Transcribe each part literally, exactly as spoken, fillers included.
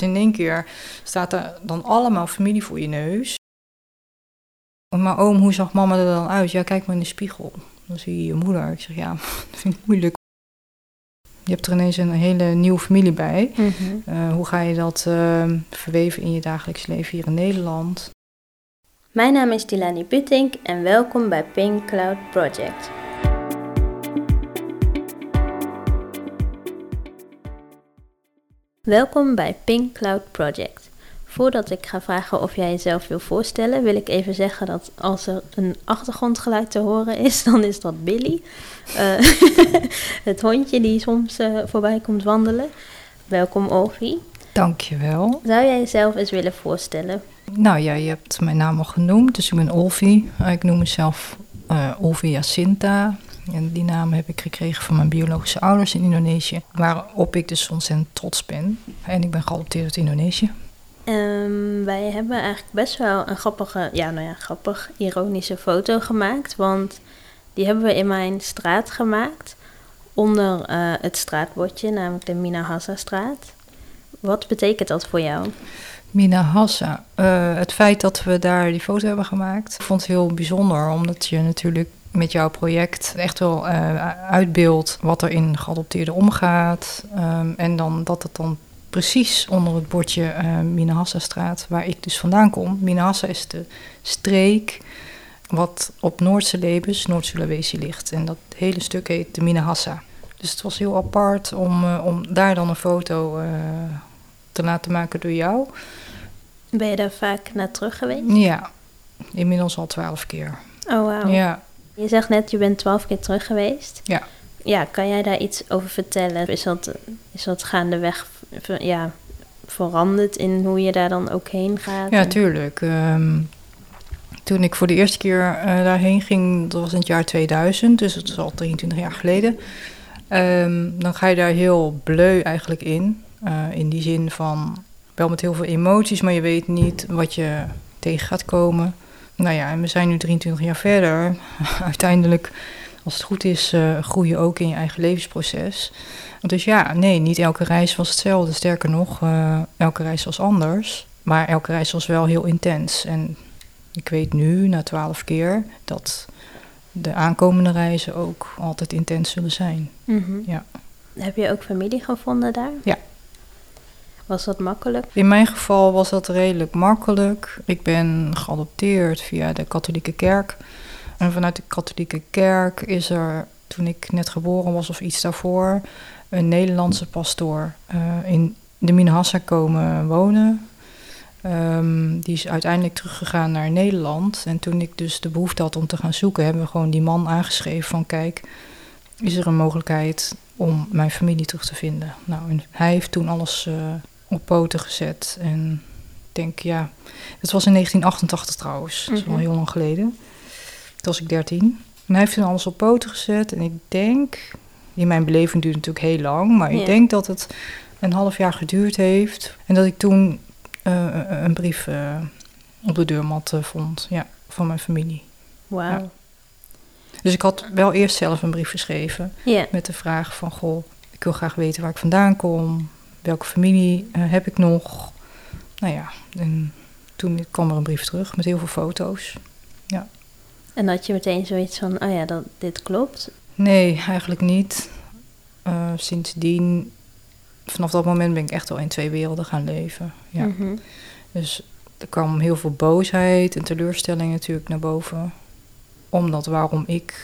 Dus in één keer staat er dan allemaal familie voor je neus. Maar oom, hoe zag mama er dan uit? Ja, kijk maar in de spiegel. Dan zie je je moeder. Ik zeg, ja, dat vind ik moeilijk. Je hebt er ineens een hele nieuwe familie bij. Mm-hmm. Uh, hoe ga je dat uh, verweven in je dagelijks leven hier in Nederland? Mijn naam is Dilani Buttink en welkom bij Pink Cloud Project. Welkom bij Pink Cloud Project. Voordat ik ga vragen of jij jezelf wil voorstellen, wil ik even zeggen dat als er een achtergrondgeluid te horen is, dan is dat Billy. Uh, het hondje die soms uh, voorbij komt wandelen. Welkom, Olfie. Dankjewel. Zou jij jezelf eens willen voorstellen? Nou ja, je hebt mijn naam al genoemd, dus ik ben Olfie. Ik noem mezelf uh, Olfie Jacinta. En die naam heb ik gekregen van mijn biologische ouders in Indonesië, waarop ik dus ontzettend trots ben. En ik ben geadopteerd uit Indonesië. Um, wij hebben eigenlijk best wel een grappige, ja nou ja, grappig, ironische foto gemaakt. Want die hebben we in mijn straat gemaakt, onder uh, het straatbordje, namelijk de Minahasa-straat. Wat betekent dat voor jou? Minahasa, uh, het feit dat we daar die foto hebben gemaakt, ik vond het heel bijzonder, omdat je natuurlijk met jouw project echt wel uh, uitbeeldt wat er in geadopteerden omgaat. Um, en dan dat het dan precies onder het bordje uh, Minahasa-straat, waar ik dus vandaan kom. Minahasa is de streek wat op Noord-Celebes, Noord-Sulawesi ligt. En dat hele stuk heet de Minahasa. Dus het was heel apart om, uh, om daar dan een foto uh, te laten maken door jou. Ben je daar vaak naar terug geweest? Ja, inmiddels al twaalf keer. Oh, wauw. Ja. Je zegt net, je bent twaalf keer terug geweest. Ja. Ja, kan jij daar iets over vertellen? Is dat, is dat gaandeweg ja, veranderd in hoe je daar dan ook heen gaat? Ja, tuurlijk. Um, toen ik voor de eerste keer uh, daarheen ging, dat was in het jaar tweeduizend, dus het is al drieëntwintig jaar geleden. Um, dan ga je daar heel bleu eigenlijk in. Uh, in die zin van, wel met heel veel emoties, maar je weet niet wat je tegen gaat komen. Nou ja, en we zijn nu drieëntwintig jaar verder. Uiteindelijk, als het goed is, uh, groei je ook in je eigen levensproces. Dus ja, nee, niet elke reis was hetzelfde. Sterker nog, uh, elke reis was anders. Maar elke reis was wel heel intens. En ik weet nu, na twaalf keer, dat de aankomende reizen ook altijd intens zullen zijn. Mm-hmm. Ja. Heb je ook familie gevonden daar? Ja. Was dat makkelijk? In mijn geval was dat redelijk makkelijk. Ik ben geadopteerd via de katholieke kerk. En vanuit de katholieke kerk is er, toen ik net geboren was of iets daarvoor, een Nederlandse pastoor uh, in de Minahasa komen wonen. Um, die is uiteindelijk teruggegaan naar Nederland. En toen ik dus de behoefte had om te gaan zoeken, hebben we gewoon die man aangeschreven van kijk, is er een mogelijkheid om mijn familie terug te vinden? Nou, en hij heeft toen alles uh, op poten gezet. En ik denk, ja, het was in negentien achtentachtig trouwens. Dat is Mm-hmm. al heel lang geleden. Toen was ik dertien. En hij heeft toen alles op poten gezet. En ik denk, in mijn beleving duurt het natuurlijk heel lang, maar Ja. ik denk dat het een half jaar geduurd heeft. En dat ik toen uh, een brief uh, op de deurmat uh, vond, ja, van mijn familie. Wauw. Ja. Dus ik had wel eerst zelf een brief geschreven Ja. met de vraag van, goh, ik wil graag weten waar ik vandaan kom. Welke familie uh, heb ik nog? Nou ja, en toen kwam er een brief terug met heel veel foto's. Ja. En had je meteen zoiets van, oh ja, dat, dit klopt? Nee, eigenlijk niet. Uh, sindsdien, vanaf dat moment ben ik echt wel in twee werelden gaan leven. Ja. Mm-hmm. Dus er kwam heel veel boosheid en teleurstelling natuurlijk naar boven. Omdat waarom ik...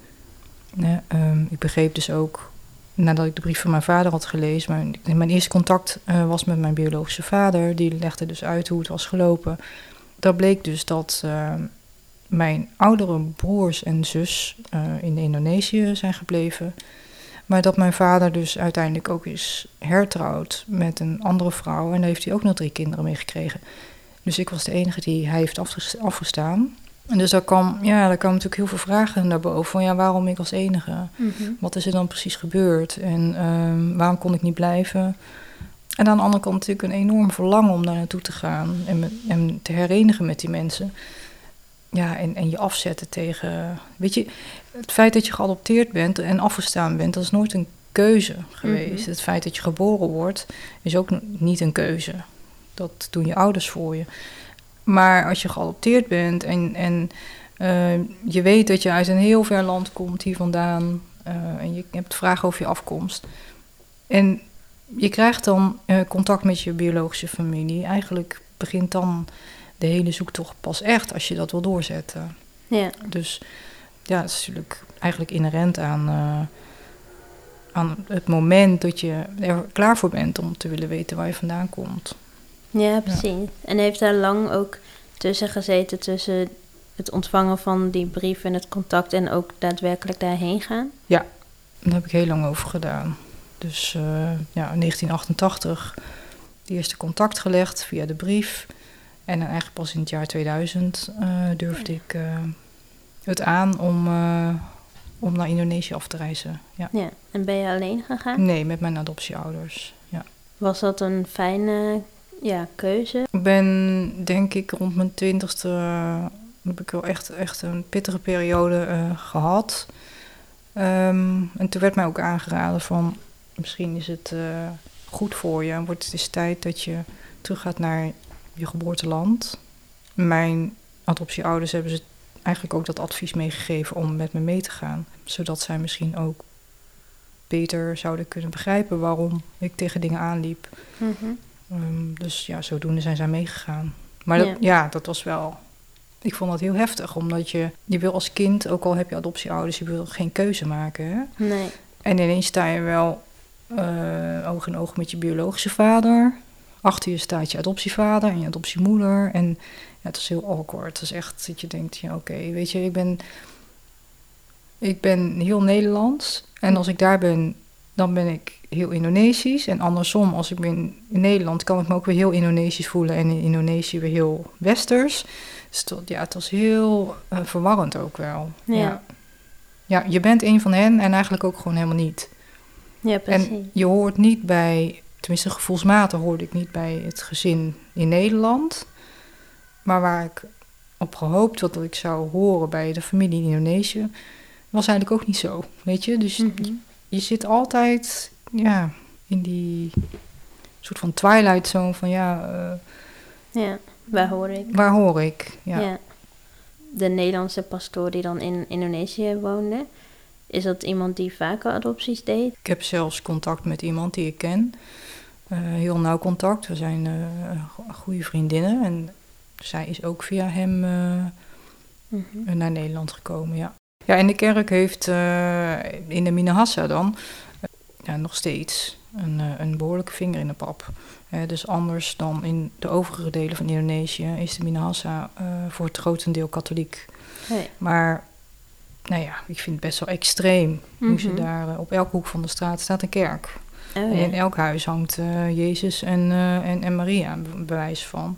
Nee, um, ik begreep dus ook, nadat ik de brief van mijn vader had gelezen, mijn, mijn eerste contact uh, was met mijn biologische vader. Die legde dus uit hoe het was gelopen. Dat bleek dus dat uh, mijn oudere broers en zus uh, in Indonesië zijn gebleven. Maar dat mijn vader dus uiteindelijk ook is hertrouwd met een andere vrouw. En daar heeft hij ook nog drie kinderen mee gekregen. Dus ik was de enige die hij heeft afgestaan. En dus daar kwam, ja, daar kwamen natuurlijk heel veel vragen naar boven. Van ja, waarom ik als enige? Mm-hmm. Wat is er dan precies gebeurd? En um, waarom kon ik niet blijven? En aan de andere kant natuurlijk een enorm verlangen om daar naartoe te gaan. En, me, en te herenigen met die mensen. Ja, en, en je afzetten tegen... Weet je, het feit dat je geadopteerd bent en afgestaan bent, dat is nooit een keuze geweest. Mm-hmm. Het feit dat je geboren wordt is ook niet een keuze. Dat doen je ouders voor je. Maar als je geadopteerd bent en, en uh, je weet dat je uit een heel ver land komt hier vandaan, uh, en je hebt vragen over je afkomst. En je krijgt dan uh, contact met je biologische familie. Eigenlijk begint dan de hele zoektocht pas echt als je dat wil doorzetten. Ja. Dus ja, dat is natuurlijk eigenlijk inherent aan, uh, aan het moment dat je er klaar voor bent om te willen weten waar je vandaan komt. Ja, precies. Ja. En heeft daar lang ook tussen gezeten, tussen het ontvangen van die brief en het contact en ook daadwerkelijk daarheen gaan? Ja, daar heb ik heel lang over gedaan. Dus uh, ja, in negentien achtentachtig het eerste contact gelegd via de brief. En dan eigenlijk pas in het jaar tweeduizend uh, durfde ik uh, het aan om, uh, om naar Indonesië af te reizen. Ja. Ja. En ben je alleen gegaan? Nee, met mijn adoptieouders. Ja. Was dat een fijne ja, keuze? Ik ben denk ik rond mijn twintigste uh, heb ik wel echt, echt een pittige periode uh, gehad. Um, en toen werd mij ook aangeraden van misschien is het uh, goed voor je. Wordt het eens tijd dat je teruggaat naar je geboorteland. Mijn adoptieouders hebben ze eigenlijk ook dat advies meegegeven om met me mee te gaan. Zodat zij misschien ook beter zouden kunnen begrijpen waarom ik tegen dingen aanliep. Mm-hmm. Um, dus ja, zodoende zijn zij meegegaan. Maar dat, ja. ja, dat was wel... Ik vond dat heel heftig, omdat je... Je wil als kind, ook al heb je adoptieouders, je wil geen keuze maken. Hè? Nee. En ineens sta je wel uh, oog in oog met je biologische vader. Achter je staat je adoptievader en je adoptiemoeder. En ja, het is heel awkward. Het is echt dat je denkt, ja oké, okay, weet je, ik ben... Ik ben heel Nederlands. En als ik daar ben, dan ben ik heel Indonesisch. En andersom, als ik ben in Nederland, kan ik me ook weer heel Indonesisch voelen. En in Indonesië weer heel Westers. Dus dat, ja, het was heel uh, verwarrend ook wel. Ja. ja. Ja, je bent een van hen en eigenlijk ook gewoon helemaal niet. Ja, precies. En je hoort niet bij, tenminste gevoelsmatig hoorde ik niet bij het gezin in Nederland. Maar waar ik op gehoopt had dat ik zou horen bij de familie in Indonesië, was eigenlijk ook niet zo, weet je. Dus Mm-hmm. je, je zit altijd, ja, in die soort van twilight zone van, ja... Uh, ja, waar hoor ik? Waar hoor ik, ja. ja. De Nederlandse pastoor die dan in Indonesië woonde, is dat iemand die vaker adopties deed? Ik heb zelfs contact met iemand die ik ken. Uh, heel nauw contact. We zijn uh, goede vriendinnen. En zij is ook via hem uh, mm-hmm. naar Nederland gekomen, ja. Ja, en de kerk heeft uh, in de Minahasa dan uh, ja, nog steeds een, uh, een behoorlijke vinger in de pap. Uh, dus anders dan in de overige delen van Indonesië is de Minahasa uh, voor het grotendeel katholiek. Hey. Maar nou ja, ik vind het best wel extreem. Mm-hmm. Hoe ze daar uh, op elke hoek van de straat staat een kerk. Oh, en in ja. elk huis hangt uh, Jezus en, uh, en, en Maria bewijs van.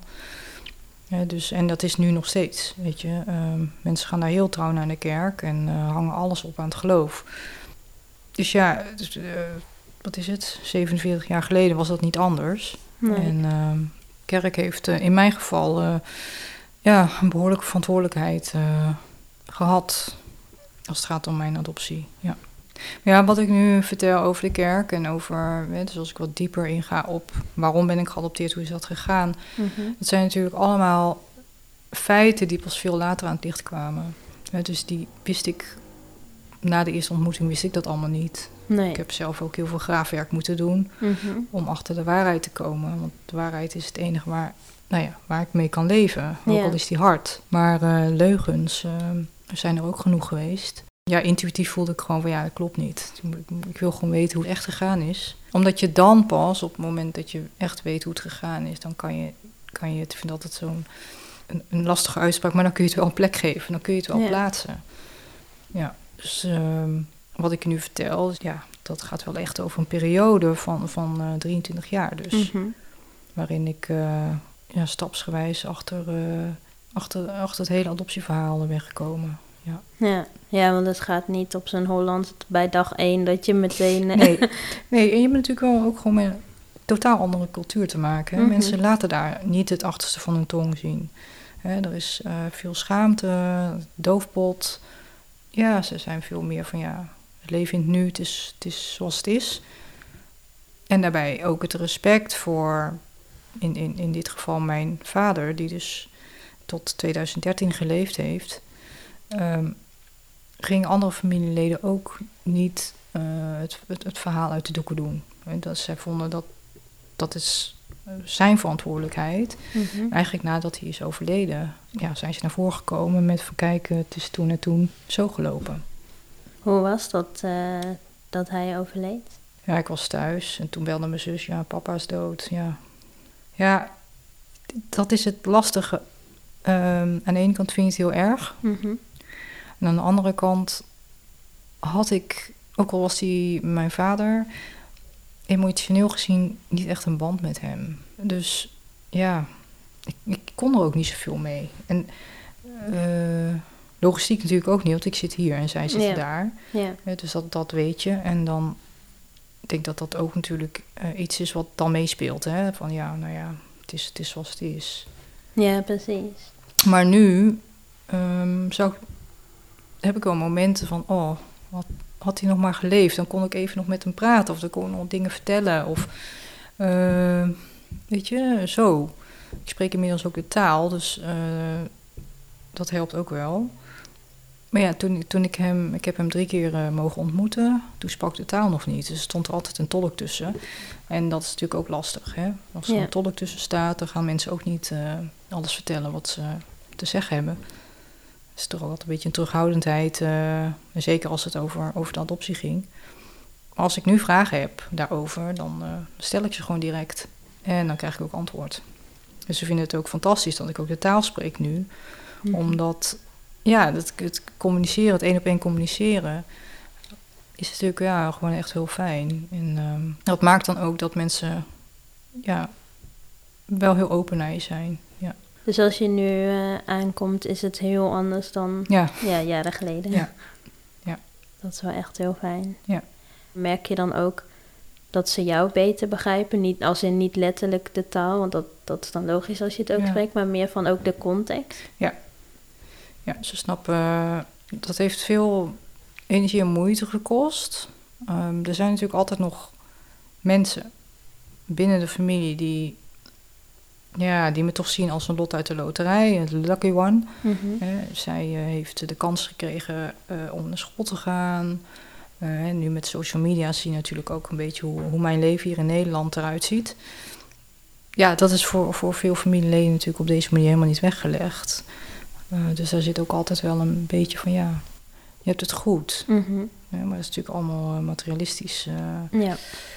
Ja, dus, en dat is nu nog steeds, weet je. Uh, mensen gaan daar heel trouw naar de kerk en uh, hangen alles op aan het geloof. Dus ja, dus, uh, wat is het? zevenenveertig jaar geleden was dat niet anders. Nee. En uh, de kerk heeft uh, in mijn geval uh, ja, een behoorlijke verantwoordelijkheid uh, gehad als het gaat om mijn adoptie, ja. Maar ja, wat ik nu vertel over de kerk en over, dus als ik wat dieper inga op waarom ben ik geadopteerd, hoe is dat gegaan. Mm-hmm. Dat zijn natuurlijk allemaal feiten die pas veel later aan het licht kwamen. Ja, dus die wist ik, na de eerste ontmoeting wist ik dat allemaal niet. Nee. Ik heb zelf ook heel veel graafwerk moeten doen mm-hmm. om achter de waarheid te komen. Want de waarheid is het enige waar, nou ja, waar ik mee kan leven, ook ja. al is die hard. Maar uh, leugens, uh, er zijn er ook genoeg geweest. Ja, intuïtief voelde ik gewoon van ja, dat klopt niet. Ik wil gewoon weten hoe het echt gegaan is. Omdat je dan pas, op het moment dat je echt weet hoe het gegaan is, dan kan je, kan je het, ik vind altijd zo'n een, een lastige uitspraak, maar dan kun je het wel een plek geven. Dan kun je het wel ja. plaatsen. Ja, dus um, wat ik je nu vertel, ja, dat gaat wel echt over een periode van, van uh, drieëntwintig jaar dus. Mm-hmm. Waarin ik uh, ja, stapsgewijs achter, uh, achter, achter het hele adoptieverhaal ben gekomen. Ja. Ja, ja, want het gaat niet op zijn Hollands bij dag één dat je meteen... Nee, nee, en je hebt natuurlijk wel ook gewoon met een totaal andere cultuur te maken. Mm-hmm. Mensen laten daar niet het achterste van hun tong zien. Hè, er is uh, veel schaamte, doofpot. Ja, ze zijn veel meer van ja, het leven in het nu, het is, het is zoals het is. En daarbij ook het respect voor, in, in, in dit geval mijn vader, die dus tot tweeduizend dertien geleefd heeft, um, gingen andere familieleden ook niet uh, het, het, het verhaal uit de doeken doen. En dat zij vonden dat dat is zijn verantwoordelijkheid. Mm-hmm. Eigenlijk nadat hij is overleden, ja, zijn ze naar voren gekomen met van kijken, het is toen en toen zo gelopen. Hoe was dat, uh, dat hij overleed? Ja, ik was thuis en toen belde mijn zus, ja, papa is dood. Ja, ja dat is het lastige. Um, aan de ene kant vind je het heel erg. Mm-hmm. En aan de andere kant had ik, ook al was hij mijn vader, emotioneel gezien niet echt een band met hem. Dus ja, ik, ik kon er ook niet zoveel mee. En uh, logistiek natuurlijk ook niet, want ik zit hier en zij zitten yeah. daar. Yeah. Ja, dus dat, dat weet je. En dan ik denk dat dat ook natuurlijk uh, iets is wat dan meespeelt. Hè? Van ja, nou ja, het is, het is zoals het is. Ja, precies. Maar nu um, zou, heb ik wel momenten van, oh, wat had hij nog maar geleefd, dan kon ik even nog met hem praten of dan kon ik nog dingen vertellen. Of, uh, weet je, zo. Ik spreek inmiddels ook de taal, dus uh, dat helpt ook wel. Maar ja, toen, toen ik hem, ik heb hem drie keer uh, mogen ontmoeten, toen sprak de taal nog niet. Dus er stond er altijd een tolk tussen. En dat is natuurlijk ook lastig, hè. Als er ja. een tolk tussen staat, dan gaan mensen ook niet uh, alles vertellen wat ze te zeggen hebben. Het is toch ook altijd een beetje een terughoudendheid, uh, en zeker als het over, over de adoptie ging. Maar als ik nu vragen heb daarover, dan uh, stel ik ze gewoon direct. En dan krijg ik ook antwoord. Dus ze vinden het ook fantastisch dat ik ook de taal spreek nu. Mm-hmm. Omdat, ja, dat, het communiceren, het één op één communiceren, is natuurlijk ja, gewoon echt heel fijn. En um, dat maakt dan ook dat mensen, ja, wel heel open naar je zijn, ja. Dus als je nu uh, aankomt, is het heel anders dan ja. Ja, jaren geleden. Ja. Ja. Dat is wel echt heel fijn. Ja. Merk je dan ook dat ze jou beter begrijpen? Niet, als in niet letterlijk de taal, want dat, dat is dan logisch als je het ook ja. spreekt, maar meer van ook de context? Ja. Ja, ze snappen, uh, dat heeft veel energie en moeite gekost. Um, er zijn natuurlijk altijd nog mensen binnen de familie die... Ja, die me toch zien als een lot uit de loterij, een lucky one. Mm-hmm. Uh, zij uh, heeft de kans gekregen uh, om naar school te gaan. Uh, en nu met social media zie je natuurlijk ook een beetje hoe, hoe mijn leven hier in Nederland eruit ziet. Ja, dat is voor, voor veel familieleden natuurlijk op deze manier helemaal niet weggelegd. Uh, dus daar zit ook altijd wel een beetje van, ja, je hebt het goed. Mm-hmm. Ja, maar dat is natuurlijk allemaal uh, materialistisch. Uh, ja.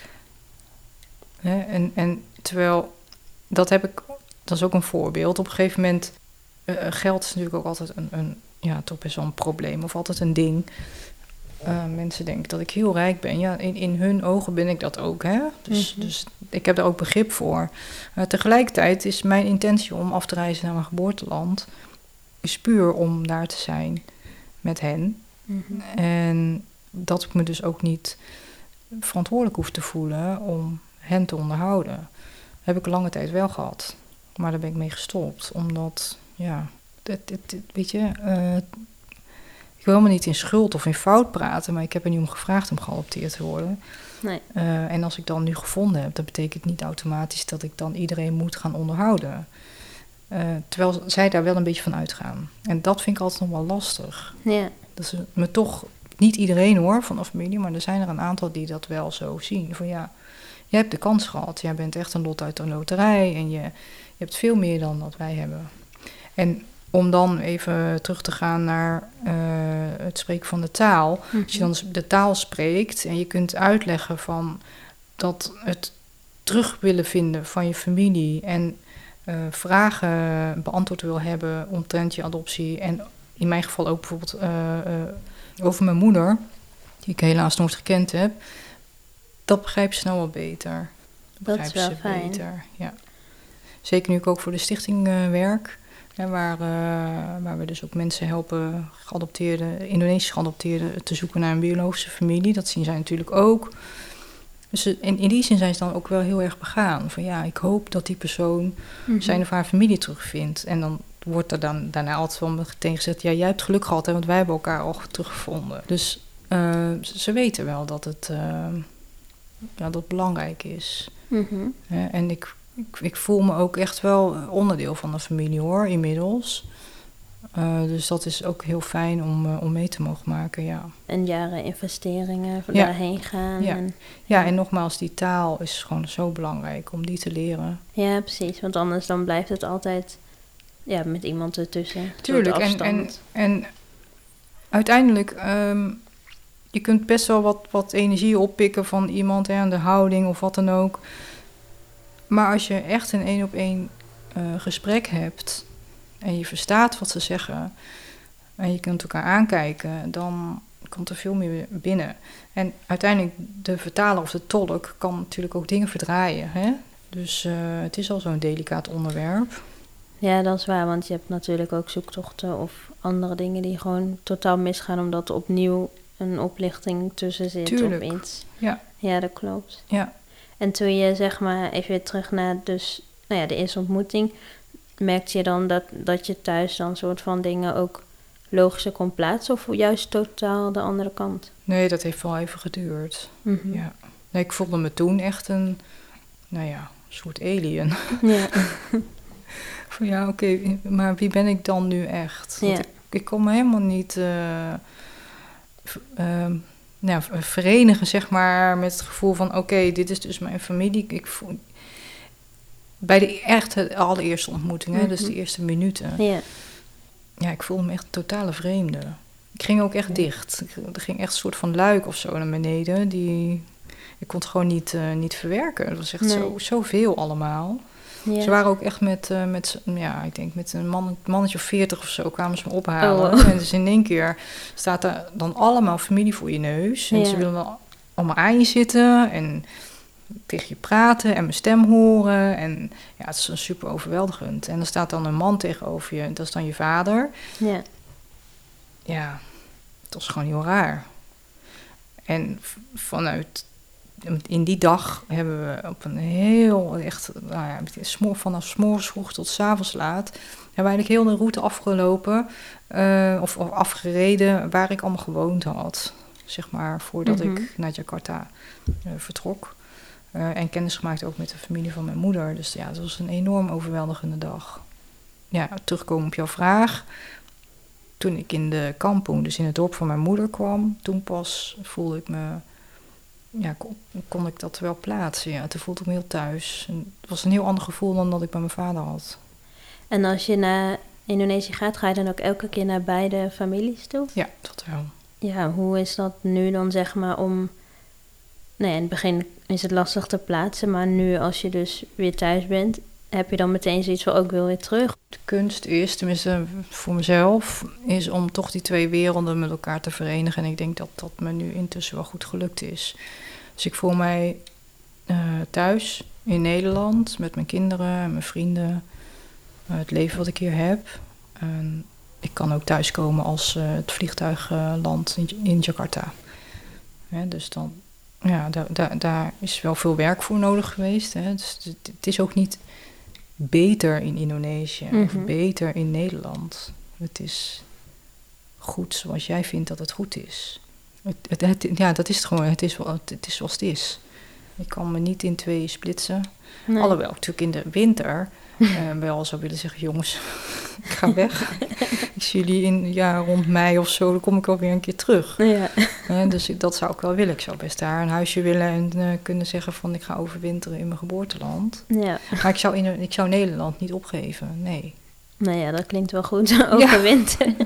Hè, en, en terwijl... Dat heb ik, dat is ook een voorbeeld. Op een gegeven moment, uh, geld is natuurlijk ook altijd een, een, ja, toch best wel een probleem of altijd een ding. Uh, mensen denken dat ik heel rijk ben. Ja, in, in hun ogen ben ik dat ook, hè. Dus, mm-hmm. dus ik heb daar ook begrip voor. Uh, tegelijkertijd is mijn intentie om af te reizen naar mijn geboorteland, is puur om daar te zijn met hen. Mm-hmm. En dat ik me dus ook niet verantwoordelijk hoef te voelen om hen te onderhouden. Heb ik een lange tijd wel gehad. Maar daar ben ik mee gestopt. Omdat, ja, dit, dit, dit, weet je... Uh, ik wil helemaal niet in schuld of in fout praten, maar ik heb er niet om gevraagd om geadopteerd te worden. Nee. Uh, en als ik dan nu gevonden heb, dat betekent niet automatisch dat ik dan iedereen moet gaan onderhouden. Uh, terwijl zij daar wel een beetje van uitgaan. En dat vind ik altijd nog wel lastig. Ja. Dat ze me toch, niet iedereen hoor, van de familie, maar er zijn er een aantal die dat wel zo zien. Van ja... Je hebt de kans gehad. Jij bent echt een lot uit de loterij. En je, je hebt veel meer dan dat wij hebben. En om dan even terug te gaan naar uh, het spreken van de taal. Mm-hmm. Als je dan de taal spreekt en je kunt uitleggen van dat het terug willen vinden van je familie en uh, vragen beantwoord wil hebben omtrent je adoptie. En in mijn geval ook bijvoorbeeld uh, uh, over mijn moeder, die ik helaas nooit gekend heb. Dat begrijpen ze nou wel beter. Dat, dat is wel fijn. Beter, ja. Zeker nu ik ook voor de stichting uh, werk. Hè, waar, uh, waar we dus ook mensen helpen, geadopteerden, Indonesisch geadopteerden, te zoeken naar een biologische familie. Dat zien zij natuurlijk ook. Dus in, in die zin zijn ze dan ook wel heel erg begaan. Van ja, ik hoop dat die persoon mm-hmm. zijn of haar familie terugvindt. En dan wordt er dan daarna altijd wel meteen gezegd, ja, jij hebt geluk gehad, hè, want wij hebben elkaar al teruggevonden. Dus uh, ze, ze weten wel dat het, uh, ja, dat het belangrijk is. Mm-hmm. Uh, en ik, ik, ik voel me ook echt wel onderdeel van de familie, hoor, inmiddels. Uh, dus dat is ook heel fijn om, uh, om mee te mogen maken, ja. En jaren investeringen voor ja. daarheen gaan. Ja. En, ja, en nogmaals, die taal is gewoon zo belangrijk om die te leren. Ja, precies. Want anders dan blijft het altijd ja, met iemand ertussen. Tuurlijk. En, en, en uiteindelijk, um, je kunt best wel wat, wat energie oppikken van iemand, hè, de houding of wat dan ook. Maar als je echt een één op één uh, gesprek hebt en je verstaat wat ze zeggen en je kunt elkaar aankijken, dan komt er veel meer binnen. En uiteindelijk, de vertaler of de tolk kan natuurlijk ook dingen verdraaien, hè? Dus uh, het is al zo'n delicaat onderwerp. Ja, dat is waar, want je hebt natuurlijk ook zoektochten of andere dingen die gewoon totaal misgaan, omdat er opnieuw een oplichting tussen zit. Tuurlijk. Of iets. Ja. Ja, dat klopt. Ja. En toen je, zeg maar, even weer terug naar dus, nou ja, de eerste ontmoeting, merkte je dan dat, dat je thuis dan soort van dingen ook logischer kon plaatsen, of juist totaal de andere kant? Nee, dat heeft wel even geduurd. Mm-hmm. Ja. Nee, ik voelde me toen echt een, nou ja, een soort alien. Ja. Van ja, oké, okay, maar wie ben ik dan nu echt? Ja. Ik, ik kon me helemaal niet uh, v- uh, nou, verenigen, zeg maar, met het gevoel van oké, okay, dit is dus mijn familie. Ik voel, bij de echte allereerste ontmoeting, hè, mm-hmm. dus de eerste minuten. Ja. Ja, ik voelde me echt een totale vreemde. Ik ging ook echt ja. dicht. Er ging echt een soort van luik of zo naar beneden. Die, ik kon het gewoon niet, uh, niet verwerken. Het was echt nee. zo, zoveel allemaal. Ja. Ze waren ook echt met, uh, met, ja, ik denk met een man, mannetje of veertig of zo kwamen ze me ophalen. Oh. En dus in één keer staat er dan allemaal familie voor je neus. En ja. ze willen dan allemaal aan je zitten en tegen je praten en mijn stem horen. En ja, het is super overweldigend. En er staat dan een man tegenover je, dat is dan je vader. Ja. Ja, het was gewoon heel raar. En vanuit, in die dag hebben we op een heel, echt, nou ja, vanaf 's morgens vroeg tot 's avonds laat, hebben we eigenlijk heel de route afgelopen, uh, of, of afgereden waar ik allemaal gewoond had. Zeg maar, voordat mm-hmm. ik naar Jakarta uh, vertrok. Uh, en kennis gemaakt ook met de familie van mijn moeder. Dus ja, het was een enorm overweldigende dag. Ja, terugkomen op jouw vraag. Toen ik in de kampong, dus in het dorp van mijn moeder kwam, toen pas voelde ik me, ja, kon, kon ik dat wel plaatsen. Ja, toen voelde ik me heel thuis. En het was een heel ander gevoel dan dat ik bij mijn vader had. En als je naar Indonesië gaat, ga je dan ook elke keer naar beide families toe? Ja, dat wel. Ja, hoe is dat nu dan, zeg maar, om... Nee, in het begin is het lastig te plaatsen, maar nu als je dus weer thuis bent, heb je dan meteen zoiets van, ook wil weer terug? De kunst is, tenminste voor mezelf, is om toch die twee werelden met elkaar te verenigen. En ik denk dat dat me nu intussen wel goed gelukt is. Dus ik voel mij uh, thuis in Nederland met mijn kinderen en mijn vrienden. Uh, het leven wat ik hier heb. Uh, ik kan ook thuiskomen als uh, het vliegtuig uh, landt in, in Jakarta. Ja, dus dan... Ja, daar, daar, daar is wel veel werk voor nodig geweest. Hè. Dus het, het is ook niet beter in Indonesië mm-hmm. of beter in Nederland. Het is goed zoals jij vindt dat het goed is. Het, het, het, ja, dat is het gewoon. Het is, wel, het, het is zoals het is. Ik kan me niet in twee splitsen. Nee. Alhoewel, natuurlijk in de winter uh, wel zou willen zeggen, jongens, ik ga weg. Ik zie jullie in ja, rond mei of zo, dan kom ik alweer een keer terug. Ja. Uh, dus ik, dat zou ik wel willen. Ik zou best daar een huisje willen en uh, kunnen zeggen van ik ga overwinteren in mijn geboorteland. Ja. Maar ik zou, in, ik zou Nederland niet opgeven, nee. Nou ja, dat klinkt wel goed, overwinteren.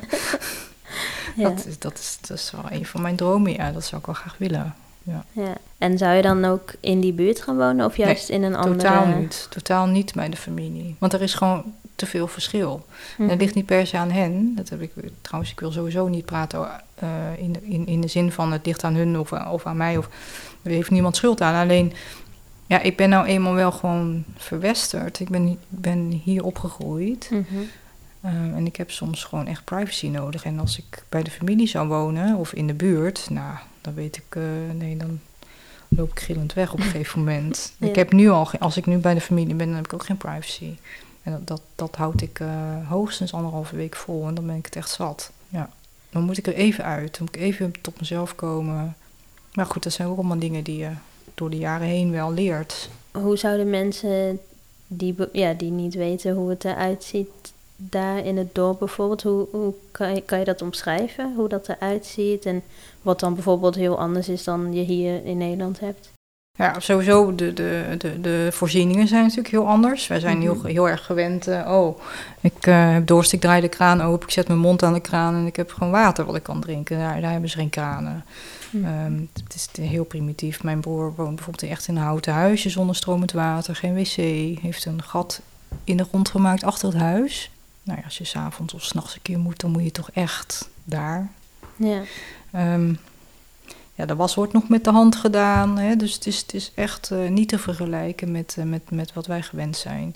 Ja. dat, is, dat, is, dat is wel een van mijn dromen, ja, dat zou ik wel graag willen. Ja. Ja. En zou je dan ook in die buurt gaan wonen of juist nee, in een andere... totaal niet. Totaal niet bij de familie. Want er is gewoon te veel verschil. Mm-hmm. En dat ligt niet per se aan hen. Dat heb ik trouwens, ik wil sowieso niet praten uh, in, de, in, in de zin van het ligt aan hun of, of aan mij. Of, er heeft niemand schuld aan. Alleen, ja, ik ben nou eenmaal wel gewoon verwesterd. Ik ben, ik ben hier opgegroeid. Mm-hmm. Uh, en ik heb soms gewoon echt privacy nodig. En als ik bij de familie zou wonen of in de buurt, nou, dan weet ik, uh, nee, dan loop ik gillend weg op een gegeven moment. Ja. Ik heb nu al, als ik nu bij de familie ben, dan heb ik ook geen privacy. En dat, dat, dat houd ik uh, hoogstens anderhalve week vol en dan ben ik het echt zat. Ja. dan moet ik er even uit. Dan moet ik even tot mezelf komen. Maar goed, dat zijn ook allemaal dingen die je door de jaren heen wel leert. Hoe zouden mensen die, be- ja, die niet weten hoe het eruit ziet daar in het dorp bijvoorbeeld, hoe, hoe kan, je, kan je dat omschrijven? Hoe dat eruit ziet en wat dan bijvoorbeeld heel anders is dan je hier in Nederland hebt? Ja, sowieso, de, de, de, de voorzieningen zijn natuurlijk heel anders. Wij zijn heel, Mhm. heel erg gewend. uh, oh, ik uh, heb dorst, ik draai de kraan open, ik zet mijn mond aan de kraan en ik heb gewoon water wat ik kan drinken. Daar, daar hebben ze geen kranen. Mhm. Um, het is heel primitief. Mijn broer woont bijvoorbeeld echt in een houten huisje zonder stromend water, geen wc. Heeft een gat in de grond gemaakt achter het huis. Nou ja, als je 's avonds of 's nachts een keer moet, dan moet je toch echt daar. Ja. Um, ja, de was wordt nog met de hand gedaan. Hè? Dus het is, het is echt uh, niet te vergelijken met, uh, met, met wat wij gewend zijn.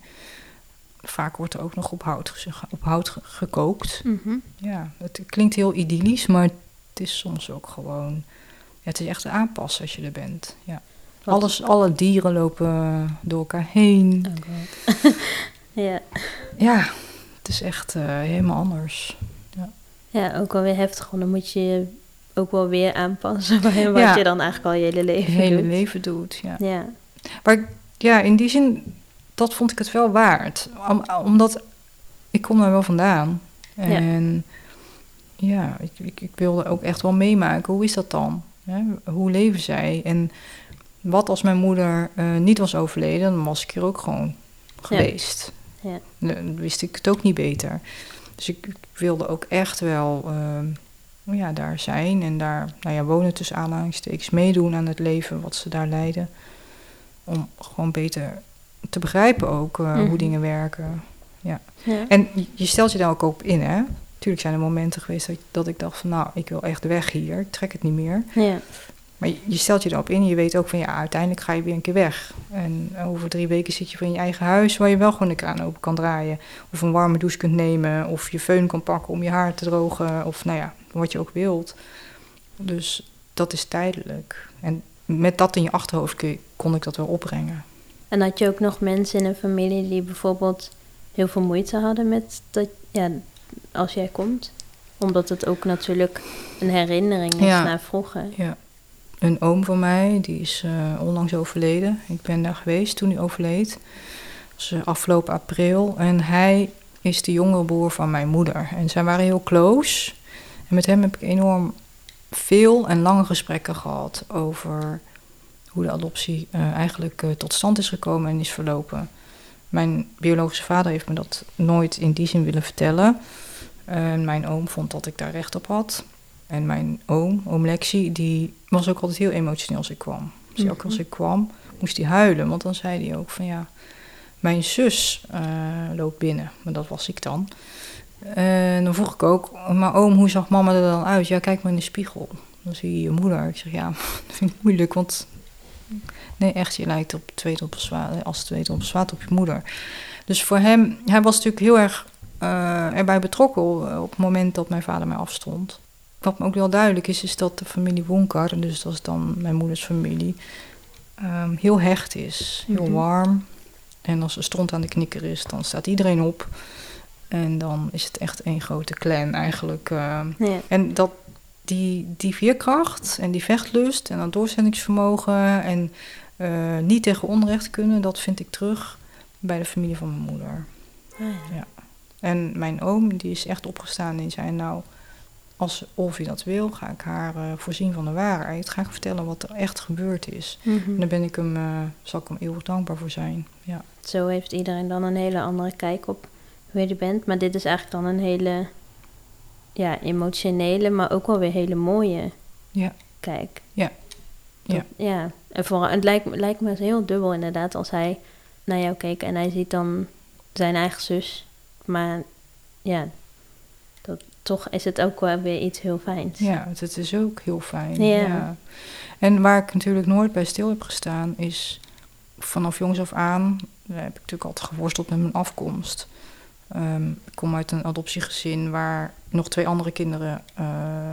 Vaak wordt er ook nog op hout, ge- op hout ge- gekookt. Mhm. Ja, het klinkt heel idyllisch, maar het is soms ook gewoon... Ja, het is echt aanpassen als je er bent. Ja. Wat- Alles, alle dieren lopen door elkaar heen. Oh God. Ja. Ja, het is echt uh, helemaal anders. Ja, ook wel weer heftig, want dan moet je je ook wel weer aanpassen bij wat Ja. je dan eigenlijk al je hele Je leven hele doet. leven doet, ja. Ja. Maar ik- ja, in die zin, dat vond ik het wel waard. Om, omdat ik kom daar wel vandaan. En ja, ik, ik, ik wilde ook echt wel meemaken. Hoe is dat dan? Hè? Hoe leven zij? En wat als mijn moeder uh, niet was overleden, dan was ik hier ook gewoon geweest. Ja. Dan wist ik het ook niet beter. Dus ik, ik wilde ook echt wel uh, ja, daar zijn en daar nou ja, wonen tussen aanhalingstekens, meedoen aan het leven wat ze daar leiden. Om gewoon beter te begrijpen ook uh, Mm-hmm. hoe dingen werken. Ja. Ja. En je stelt je daar ook op in, hè? Tuurlijk zijn er momenten geweest dat, dat ik dacht van, nou, ik wil echt weg hier. Ik trek het niet meer. Ja. Maar je, je stelt je erop in en je weet ook van, ja, uiteindelijk ga je weer een keer weg. En over drie weken zit je voor in je eigen huis, waar je wel gewoon de kraan open kan draaien. Of een warme douche kunt nemen, of je föhn kan pakken om je haar te drogen. Of nou ja, wat je ook wilt. Dus dat is tijdelijk. En met dat in je achterhoofd kun je, kon ik dat wel opbrengen. En had je ook nog mensen in een familie die bijvoorbeeld heel veel moeite hadden met dat, ja, als jij komt? Omdat het ook natuurlijk een herinnering is Ja. naar vroeger. Ja. Een oom van mij, die is uh, onlangs overleden. Ik ben daar geweest toen hij overleed. Dat was uh, afgelopen april. En hij is de jongere broer van mijn moeder. En zij waren heel close. En met hem heb ik enorm veel en lange gesprekken gehad over hoe de adoptie uh, eigenlijk uh, tot stand is gekomen en is verlopen. Mijn biologische vader heeft me dat nooit in die zin willen vertellen. Uh, mijn oom vond dat ik daar recht op had. En mijn oom, oom Lexi, die was ook altijd heel emotioneel als ik kwam. Dus mm-hmm. ook als ik kwam, moest hij huilen. Want dan zei hij ook van ja, mijn zus uh, loopt binnen. Maar dat was ik dan. En uh, dan vroeg ik ook, maar oom, hoe zag mama er dan uit? Ja, kijk maar in de spiegel. Dan zie je je moeder. Ik zeg ja, dat vind ik moeilijk, want nee, echt, je lijkt op twee druppels water, als twee druppels water op je moeder. Dus voor hem, hij was natuurlijk heel erg uh, erbij betrokken op het moment dat mijn vader mij afstond. Wat me ook wel duidelijk is, is dat de familie Wonkar, dus dat is dan mijn moeders familie, um, heel hecht is. Heel mm-hmm. warm. En als er stront aan de knikker is, dan staat iedereen op. En dan is het echt één grote clan eigenlijk. Uh, ja. En dat, die, die veerkracht en die vechtlust en dat doorzettingsvermogen en uh, niet tegen onrecht kunnen, dat vind ik terug bij de familie van mijn moeder. Ah, ja. Ja. En mijn oom, die is echt opgestaan en zei, nou, als Olvie dat wil, ga ik haar uh, voorzien van de waarheid. Ga ik vertellen wat er echt gebeurd is. Mm-hmm. En daar ben ik hem, uh, zal ik hem eeuwig dankbaar voor zijn. Ja. Zo heeft iedereen dan een hele andere kijk op wie je bent. Maar dit is eigenlijk dan een hele ja, emotionele, maar ook wel weer hele mooie ja. kijk. Ja. Dat, ja. ja. En vooral, het lijkt, lijkt me heel dubbel inderdaad als hij naar jou keek en hij ziet dan zijn eigen zus. Maar ja, dat, toch is het ook wel weer iets heel fijns. Ja, het, het is ook heel fijn. Ja. Ja. En waar ik natuurlijk nooit bij stil heb gestaan, is vanaf jongs af aan, heb ik natuurlijk altijd geworsteld met mijn afkomst. Um, ik kom uit een adoptiegezin waar nog twee andere kinderen uh,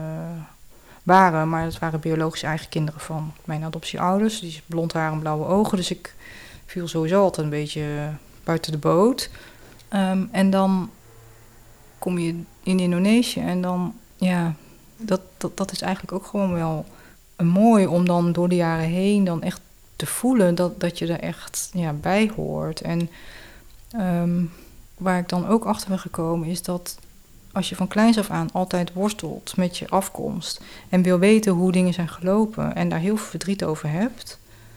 waren, maar dat waren biologisch eigen kinderen van mijn adoptieouders. Die is blond haar en blauwe ogen, dus ik viel sowieso altijd een beetje buiten de boot. Um, en dan kom je in Indonesië en dan, ja, dat, dat, dat is eigenlijk ook gewoon wel mooi om dan door de jaren heen dan echt te voelen dat, dat je er echt ja, bij hoort. En um, waar ik dan ook achter ben gekomen is dat als je van kleins af aan altijd worstelt met je afkomst en wil weten hoe dingen zijn gelopen en daar heel veel verdriet over hebt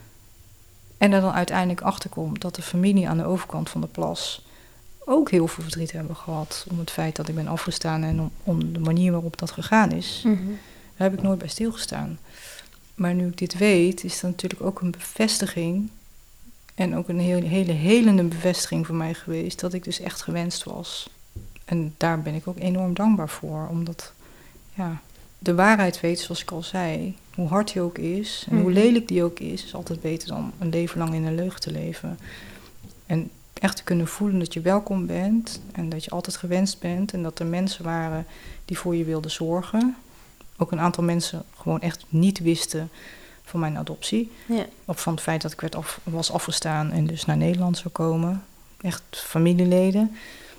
en er dan uiteindelijk achter komt dat de familie aan de overkant van de plas ook heel veel verdriet hebben gehad om het feit dat ik ben afgestaan en om, om de manier waarop dat gegaan is. Mm-hmm. Daar heb ik nooit bij stilgestaan. Maar nu ik dit weet, is dat natuurlijk ook een bevestiging en ook een heel, hele helende bevestiging voor mij geweest dat ik dus echt gewenst was. En daar ben ik ook enorm dankbaar voor, omdat ja, de waarheid weten, zoals ik al zei, hoe hard die ook is en hoe lelijk die ook is, is altijd beter dan een leven lang in een leugen te leven. En echt te kunnen voelen dat je welkom bent en dat je altijd gewenst bent en dat er mensen waren die voor je wilden zorgen. Ook een aantal mensen gewoon echt niet wisten van mijn adoptie. Ja. Of van het feit dat ik werd af, was afgestaan en dus naar Nederland zou komen. Echt familieleden.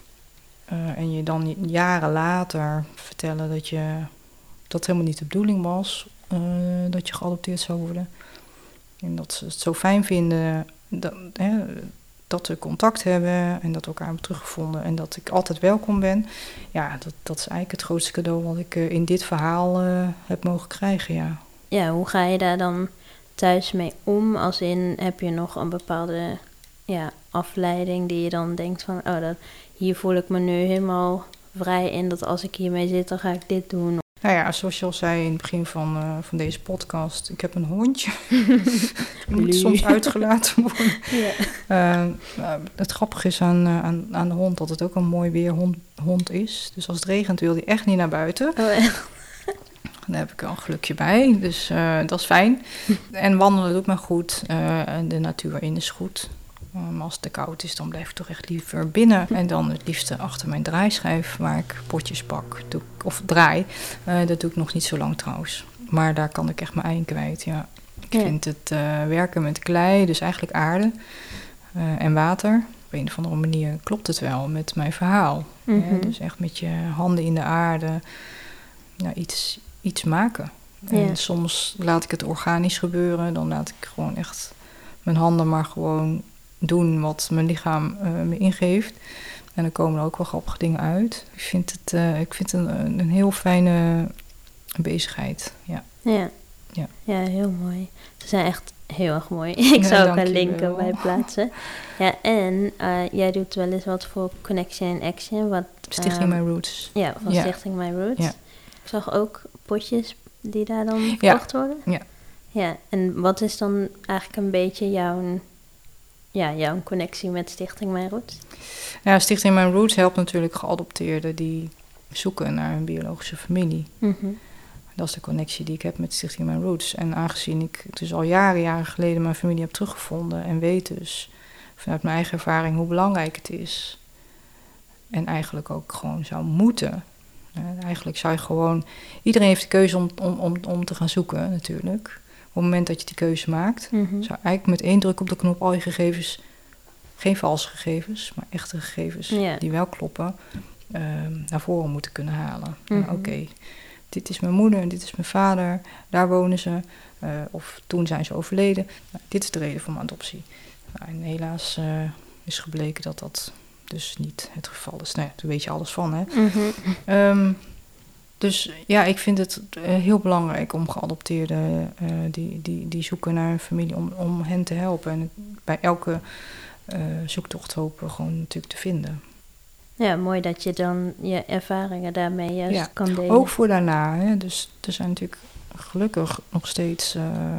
Uh, en je dan jaren later vertellen dat je dat helemaal niet de bedoeling was, uh, dat je geadopteerd zou worden. En dat ze het zo fijn vinden dat, hè, dat we contact hebben en dat we elkaar hebben teruggevonden en dat ik altijd welkom ben. Ja, dat, dat is eigenlijk het grootste cadeau wat ik uh, in dit verhaal uh, heb mogen krijgen, ja. Ja, hoe ga je daar dan thuis mee om? Als in, heb je nog een bepaalde ja, afleiding die je dan denkt van, oh, dat, hier voel ik me nu helemaal vrij in dat als ik hiermee zit, dan ga ik dit doen. Nou ja, zoals je al zei in het begin van, uh, van deze podcast, ik heb een hondje. Die moet soms uitgelaten worden. Ja. Uh, uh, het grappige is aan, uh, aan, aan de hond dat het ook een mooi weerhond hond is. Dus als het regent wil hij echt niet naar buiten. Oh, echt? Daar heb ik wel een gelukje bij, dus uh, dat is fijn. En wandelen doet me goed, uh, de natuur in is goed. Um, als het te koud is, dan blijf ik toch echt liever binnen. En dan het liefste achter mijn draaischijf, waar ik potjes pak, doe ik, of draai. Uh, dat doe ik nog niet zo lang trouwens. Maar daar kan ik echt mijn ei in kwijt, ja. Ik ja. vind het uh, werken met klei, dus eigenlijk aarde uh, en water. Op een of andere manier klopt het wel met mijn verhaal. Mm-hmm. Ja, dus echt met je handen in de aarde ja, iets, iets maken. Ja. En soms laat ik het organisch gebeuren. Dan laat ik gewoon echt mijn handen maar gewoon doen wat mijn lichaam uh, me ingeeft. En dan komen er ook wel grappige dingen uit. Ik vind het, uh, ik vind het een, een heel fijne bezigheid. Ja. Ja. Ja. Ja, heel mooi. Ze zijn echt heel erg mooi. Ik ja, zou ook een link bij plaatsen. Ja, en uh, jij doet wel eens wat voor Connection in Action. Wat, Stichting um, My Roots. Ja, van ja. Stichting My Roots. Ja. Ik zag ook potjes die daar dan verkocht ja. worden. Ja. Ja, en wat is dan eigenlijk een beetje jouw, ja, jouw connectie met Stichting My Roots? Ja, Stichting My Roots helpt natuurlijk geadopteerden die zoeken naar hun biologische familie. Mm-hmm. Dat is de connectie die ik heb met Stichting My Roots. En aangezien ik dus al jaren, jaren geleden mijn familie heb teruggevonden en weet dus vanuit mijn eigen ervaring hoe belangrijk het is. En eigenlijk ook gewoon zou moeten. Uh, eigenlijk zou je gewoon... Iedereen heeft de keuze om, om, om, om te gaan zoeken natuurlijk. Op het moment dat je die keuze maakt, mm-hmm. zou eigenlijk met één druk op de knop al je gegevens, geen valse gegevens, maar echte gegevens yeah. die wel kloppen, uh, naar voren moeten kunnen halen. Mm-hmm. Oké, okay, dit is mijn moeder en dit is mijn vader, daar wonen ze, uh, of toen zijn ze overleden. Nou, dit is de reden voor mijn adoptie. Nou, en helaas uh, is gebleken dat dat dus niet het geval is. Nou ja, daar weet je alles van, hè. Mm-hmm. Um, Dus ja, ik vind het uh, heel belangrijk om geadopteerden uh, die, die, die zoeken naar een familie, om, om hen te helpen. En bij elke uh, zoektocht hopen gewoon natuurlijk te vinden. Ja, mooi dat je dan je ervaringen daarmee juist ja, kan delen. Ook voor daarna. Hè. Dus er zijn natuurlijk gelukkig nog steeds uh,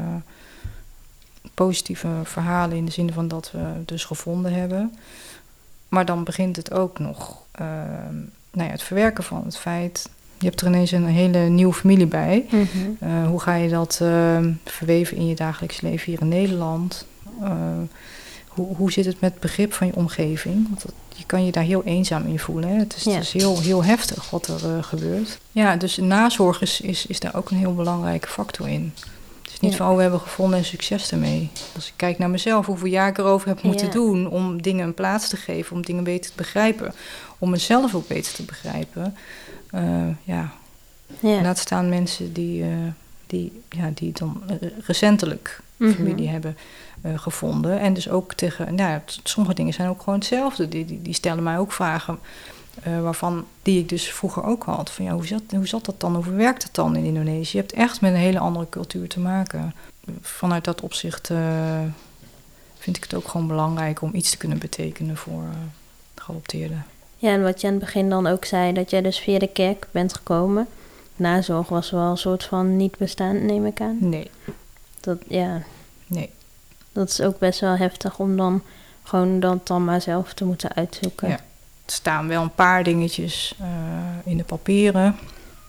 positieve verhalen in de zin van dat we dus gevonden hebben. Maar dan begint het ook nog, uh, nou ja, het verwerken van het feit. Je hebt er ineens een hele nieuwe familie bij. Mm-hmm. Uh, hoe ga je dat uh, verweven in je dagelijks leven hier in Nederland? Uh, hoe, hoe zit het met het begrip van je omgeving? Want dat, je kan je daar heel eenzaam in voelen. Hè? Het is, ja. het is heel, heel heftig wat er uh, gebeurt. Ja, dus nazorg is, is, is daar ook een heel belangrijke factor in. Het is niet ja. van, oh, we hebben gevonden en succes ermee. Als ik kijk naar mezelf, hoeveel jaar ik erover heb moeten ja. doen om dingen een plaats te geven, om dingen beter te begrijpen, om mezelf ook beter te begrijpen. Uh, ja, Ja. Laat staan mensen die, uh, die, ja, die dan uh, recentelijk mm-hmm. familie hebben uh, gevonden. En dus ook tegen, nou, t- sommige dingen zijn ook gewoon hetzelfde. Die, die, die stellen mij ook vragen uh, waarvan die ik dus vroeger ook had. Van ja, hoe zat, hoe zat dat dan? Hoe werkt het dan in Indonesië? Je hebt echt met een hele andere cultuur te maken. Vanuit dat opzicht uh, vind ik het ook gewoon belangrijk om iets te kunnen betekenen voor uh, geadopteerden. Ja, en wat je aan het begin dan ook zei, dat jij dus via de kerk bent gekomen. Nazorg was wel een soort van niet bestaand, neem ik aan. Nee. Dat, ja. Nee. Dat is ook best wel heftig om dan gewoon dat dan maar zelf te moeten uitzoeken. Ja. Er staan wel een paar dingetjes uh, in de papieren.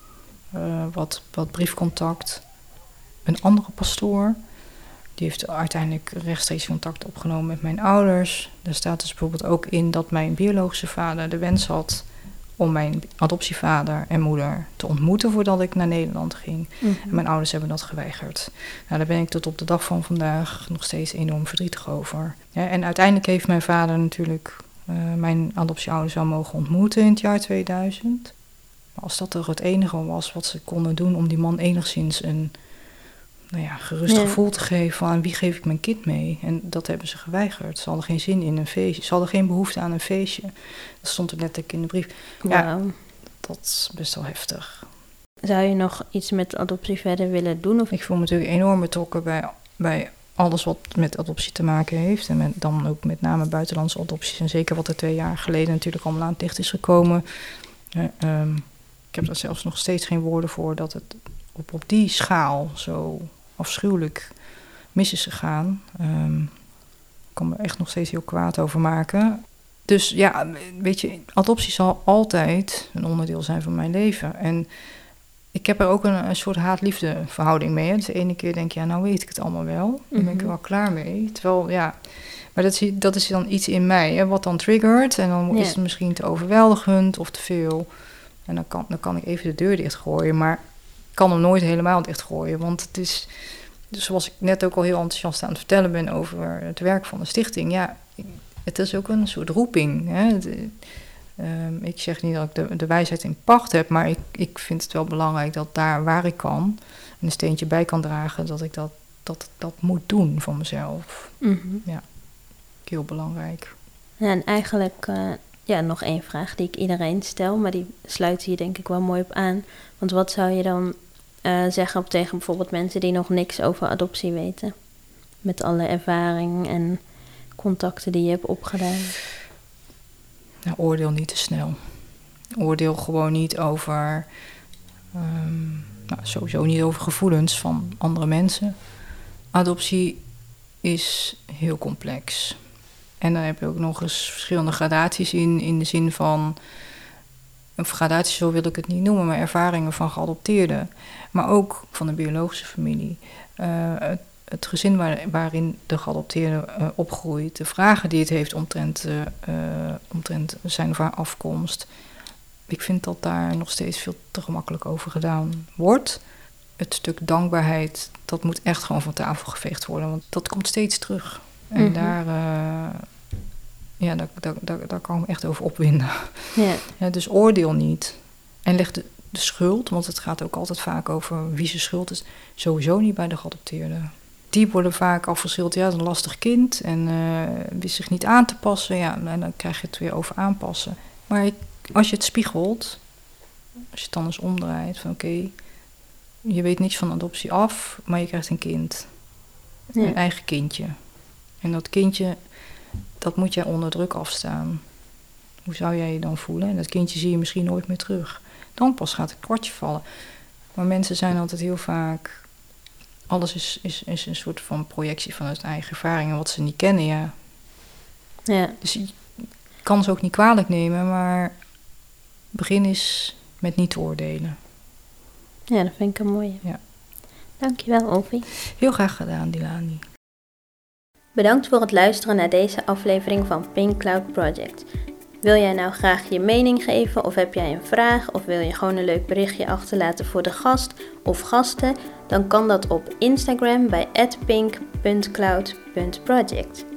Uh, wat, wat briefcontact. Een andere pastoor. Die heeft uiteindelijk rechtstreeks contact opgenomen met mijn ouders. Daar staat dus bijvoorbeeld ook in dat mijn biologische vader de wens had om mijn adoptievader en moeder te ontmoeten voordat ik naar Nederland ging. Mm-hmm. En mijn ouders hebben dat geweigerd. Nou, daar ben ik tot op de dag van vandaag nog steeds enorm verdrietig over. Ja, en uiteindelijk heeft mijn vader natuurlijk uh, mijn adoptieouders wel mogen ontmoeten in het jaar tweeduizend. Maar als dat toch het enige was wat ze konden doen om die man enigszins een nou ja, gerust ja. gevoel te geven van aan wie geef ik mijn kind mee. En dat hebben ze geweigerd. Ze hadden geen zin in een feestje. Ze hadden geen behoefte aan een feestje. Dat stond er letterlijk in de brief. Ja, wow. Dat is best wel heftig. Zou je nog iets met adoptie verder willen doen? Of? Ik voel me natuurlijk enorm betrokken bij, bij alles wat met adoptie te maken heeft. En met, dan ook met name buitenlandse adopties. En zeker wat er twee jaar geleden natuurlijk allemaal aan het licht is gekomen. Uh, um, ik heb daar zelfs nog steeds geen woorden voor dat het op, op die schaal zo afschuwelijk mis is gegaan. Um, ik kan me echt nog steeds heel kwaad over maken. Dus ja, weet je, adoptie zal altijd een onderdeel zijn van mijn leven. En ik heb er ook een, een soort haat-liefde verhouding mee. Hè. Dus de ene keer denk je, ja, nou weet ik het allemaal wel. Dan ben ik er Mm-hmm. wel klaar mee. Terwijl, ja, maar dat is, dat is dan iets in mij, hè, wat dan triggert. En dan Ja. is het misschien te overweldigend of te veel. En dan kan, dan kan ik even de deur dichtgooien. Maar ik kan hem nooit helemaal dichtgooien. Want het is, dus zoals ik net ook al heel enthousiast aan het vertellen ben over het werk van de stichting. Ja, het is ook een soort roeping. Hè. Het, um, ik zeg niet dat ik de, de wijsheid in pacht heb, maar ik, ik vind het wel belangrijk dat daar waar ik kan een steentje bij kan dragen, dat ik dat, dat, dat moet doen van mezelf. Mm-hmm. Ja, heel belangrijk. Ja, en eigenlijk uh, ja, nog één vraag die ik iedereen stel, maar die sluit hier denk ik wel mooi op aan. Want wat zou je dan uh, zeggen op tegen bijvoorbeeld mensen die nog niks over adoptie weten? Met alle ervaring en contacten die je hebt opgedaan. Nou, oordeel niet te snel. Oordeel gewoon niet over, um, nou, sowieso niet over gevoelens van andere mensen. Adoptie is heel complex. En dan heb je ook nog eens verschillende gradaties in, in de zin van, of gradaties zo wil ik het niet noemen, maar ervaringen van geadopteerden. Maar ook van de biologische familie. Uh, het, het gezin waar, waarin de geadopteerde uh, opgroeit, de vragen die het heeft omtrent, uh, uh, omtrent zijn of haar afkomst. Ik vind dat daar nog steeds veel te gemakkelijk over gedaan wordt. Het stuk dankbaarheid, dat moet echt gewoon van tafel geveegd worden, want dat komt steeds terug. En mm-hmm. daar, uh, ja, daar, daar, daar, daar kan ik me echt over opwinden. Ja. Ja, dus oordeel niet. En leg de, de schuld, want het gaat ook altijd vaak over wie zijn schuld is, sowieso niet bij de geadopteerden. Die worden vaak afgeschilderd, ja, dat is een lastig kind en uh, wist zich niet aan te passen. Ja, en dan krijg je het weer over aanpassen. Maar ik, als je het spiegelt, als je het dan eens omdraait, van oké, okay, je weet niks van adoptie af, maar je krijgt een kind. Ja. Een eigen kindje. En dat kindje, dat moet jij onder druk afstaan. Hoe zou jij je dan voelen? En dat kindje zie je misschien nooit meer terug. Dan pas gaat het kwartje vallen. Maar mensen zijn altijd heel vaak, alles is, is, is een soort van projectie vanuit eigen ervaringen, wat ze niet kennen, ja. Ja. Dus je kan ze ook niet kwalijk nemen, maar begin is met niet te oordelen. Ja, dat vind ik een mooie. Ja. Dankjewel, Olvie. Heel graag gedaan, Dilani. Bedankt voor het luisteren naar deze aflevering van Pink Cloud Project. Wil jij nou graag je mening geven of heb jij een vraag of wil je gewoon een leuk berichtje achterlaten voor de gast of gasten? Dan kan dat op Instagram bij at pink dot cloud dot project.